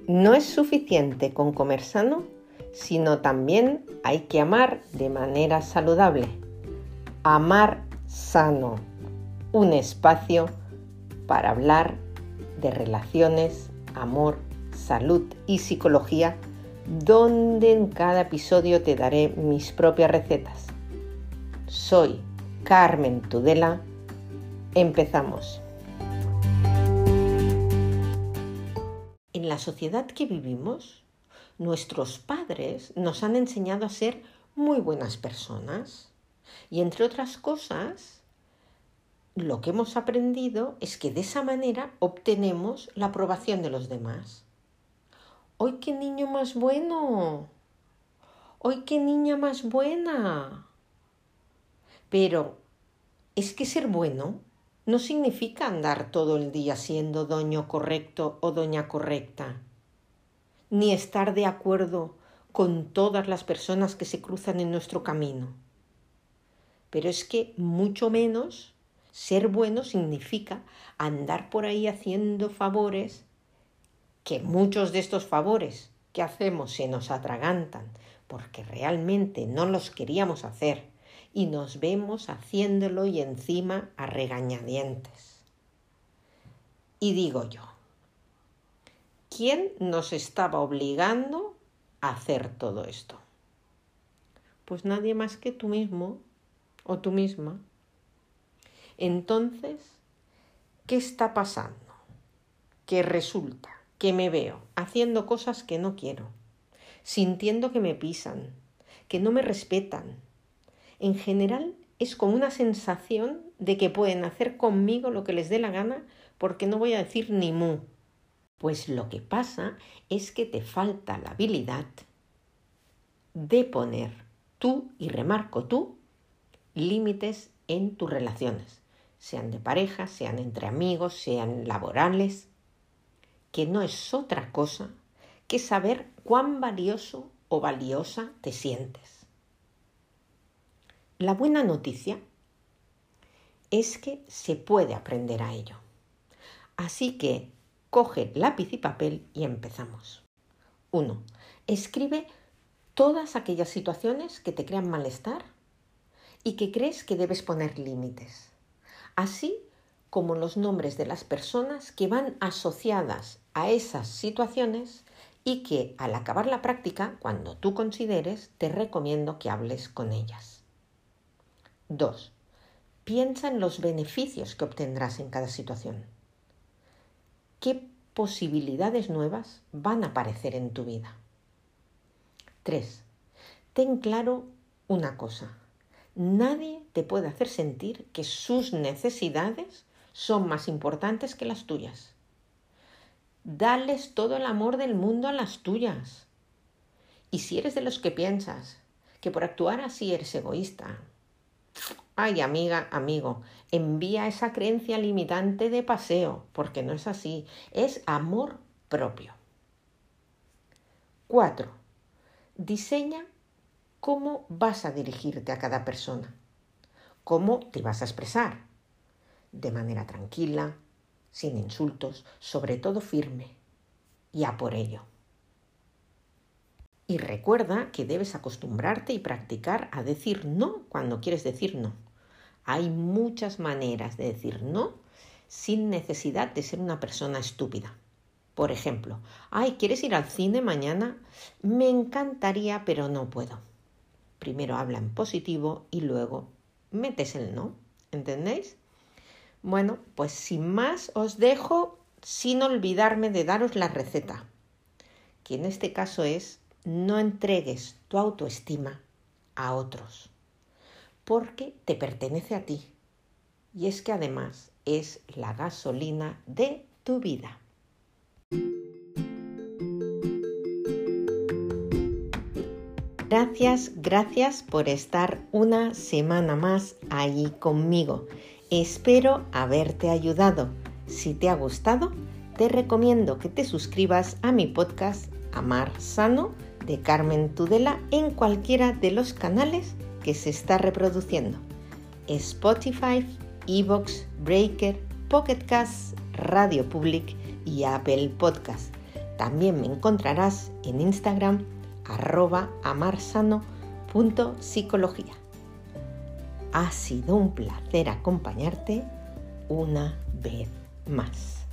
No es suficiente con comer sano, sino también hay que amar de manera saludable. Amar sano, un espacio para hablar de relaciones, amor, salud y psicología, donde en cada episodio te daré mis propias recetas. Soy Carmen Tudela. Empezamos. En la sociedad que vivimos, nuestros padres nos han enseñado a ser muy buenas personas. Y entre otras cosas, lo que hemos aprendido es que de esa manera obtenemos la aprobación de los demás. ¡Ay, qué niño más bueno! ¡Ay, qué niña más buena! Pero es que ser bueno no significa andar todo el día siendo doño correcto o doña correcta, ni estar de acuerdo con todas las personas que se cruzan en nuestro camino. Pero es que mucho menos ser bueno significa andar por ahí haciendo favores, que muchos de estos favores que hacemos se nos atragantan porque realmente no los queríamos hacer y nos vemos haciéndolo y encima a regañadientes. Y digo yo, ¿quién nos estaba obligando a hacer todo esto? Pues nadie más que tú mismo o tú misma. Entonces, ¿qué está pasando? Que resulta que me veo haciendo cosas que no quiero, sintiendo que me pisan, que no me respetan. En general es como una sensación de que pueden hacer conmigo lo que les dé la gana porque no voy a decir ni mu. Pues lo que pasa es que te falta la habilidad de poner tú, y remarco tú, límites en tus relaciones, sean de pareja, sean entre amigos, sean laborales, que no es otra cosa que saber cuán valioso o valiosa te sientes. La buena noticia es que se puede aprender a ello. Así que coge lápiz y papel y empezamos. 1. Escribe todas aquellas situaciones que te crean malestar y que crees que debes poner límites, así como los nombres de las personas que van asociadas a esas situaciones y que al acabar la práctica, cuando tú consideres, te recomiendo que hables con ellas. 2. Piensa en los beneficios que obtendrás en cada situación. ¿Qué posibilidades nuevas van a aparecer en tu vida? 3. Ten claro una cosa. Nadie te puede hacer sentir que sus necesidades son más importantes que las tuyas. Dales todo el amor del mundo a las tuyas. Y si eres de los que piensas que por actuar así eres egoísta, ay, amiga, amigo, envía esa creencia limitante de paseo, porque no es así, es amor propio. 4. Diseña cómo vas a dirigirte a cada persona, cómo te vas a expresar, de manera tranquila, sin insultos, sobre todo firme, y a por ello. Y recuerda que debes acostumbrarte y practicar a decir no cuando quieres decir no. Hay muchas maneras de decir no sin necesidad de ser una persona estúpida. Por ejemplo, ay, ¿quieres ir al cine mañana? Me encantaría, pero no puedo. Primero habla en positivo y luego metes el no. ¿Entendéis? Bueno, pues sin más os dejo sin olvidarme de daros la receta, que en este caso es: no entregues tu autoestima a otros, porque te pertenece a ti. Y es que además es la gasolina de tu vida. Gracias por estar una semana más ahí conmigo. Espero haberte ayudado. Si te ha gustado, te recomiendo que te suscribas a mi podcast Amar Sano de Carmen Tudela en cualquiera de los canales que se está reproduciendo: Spotify, iVoox, Breaker, Pocket Casts, Radio Public y Apple Podcast. También me encontrarás en Instagram @amarsano.psicología. Ha sido un placer acompañarte una vez más.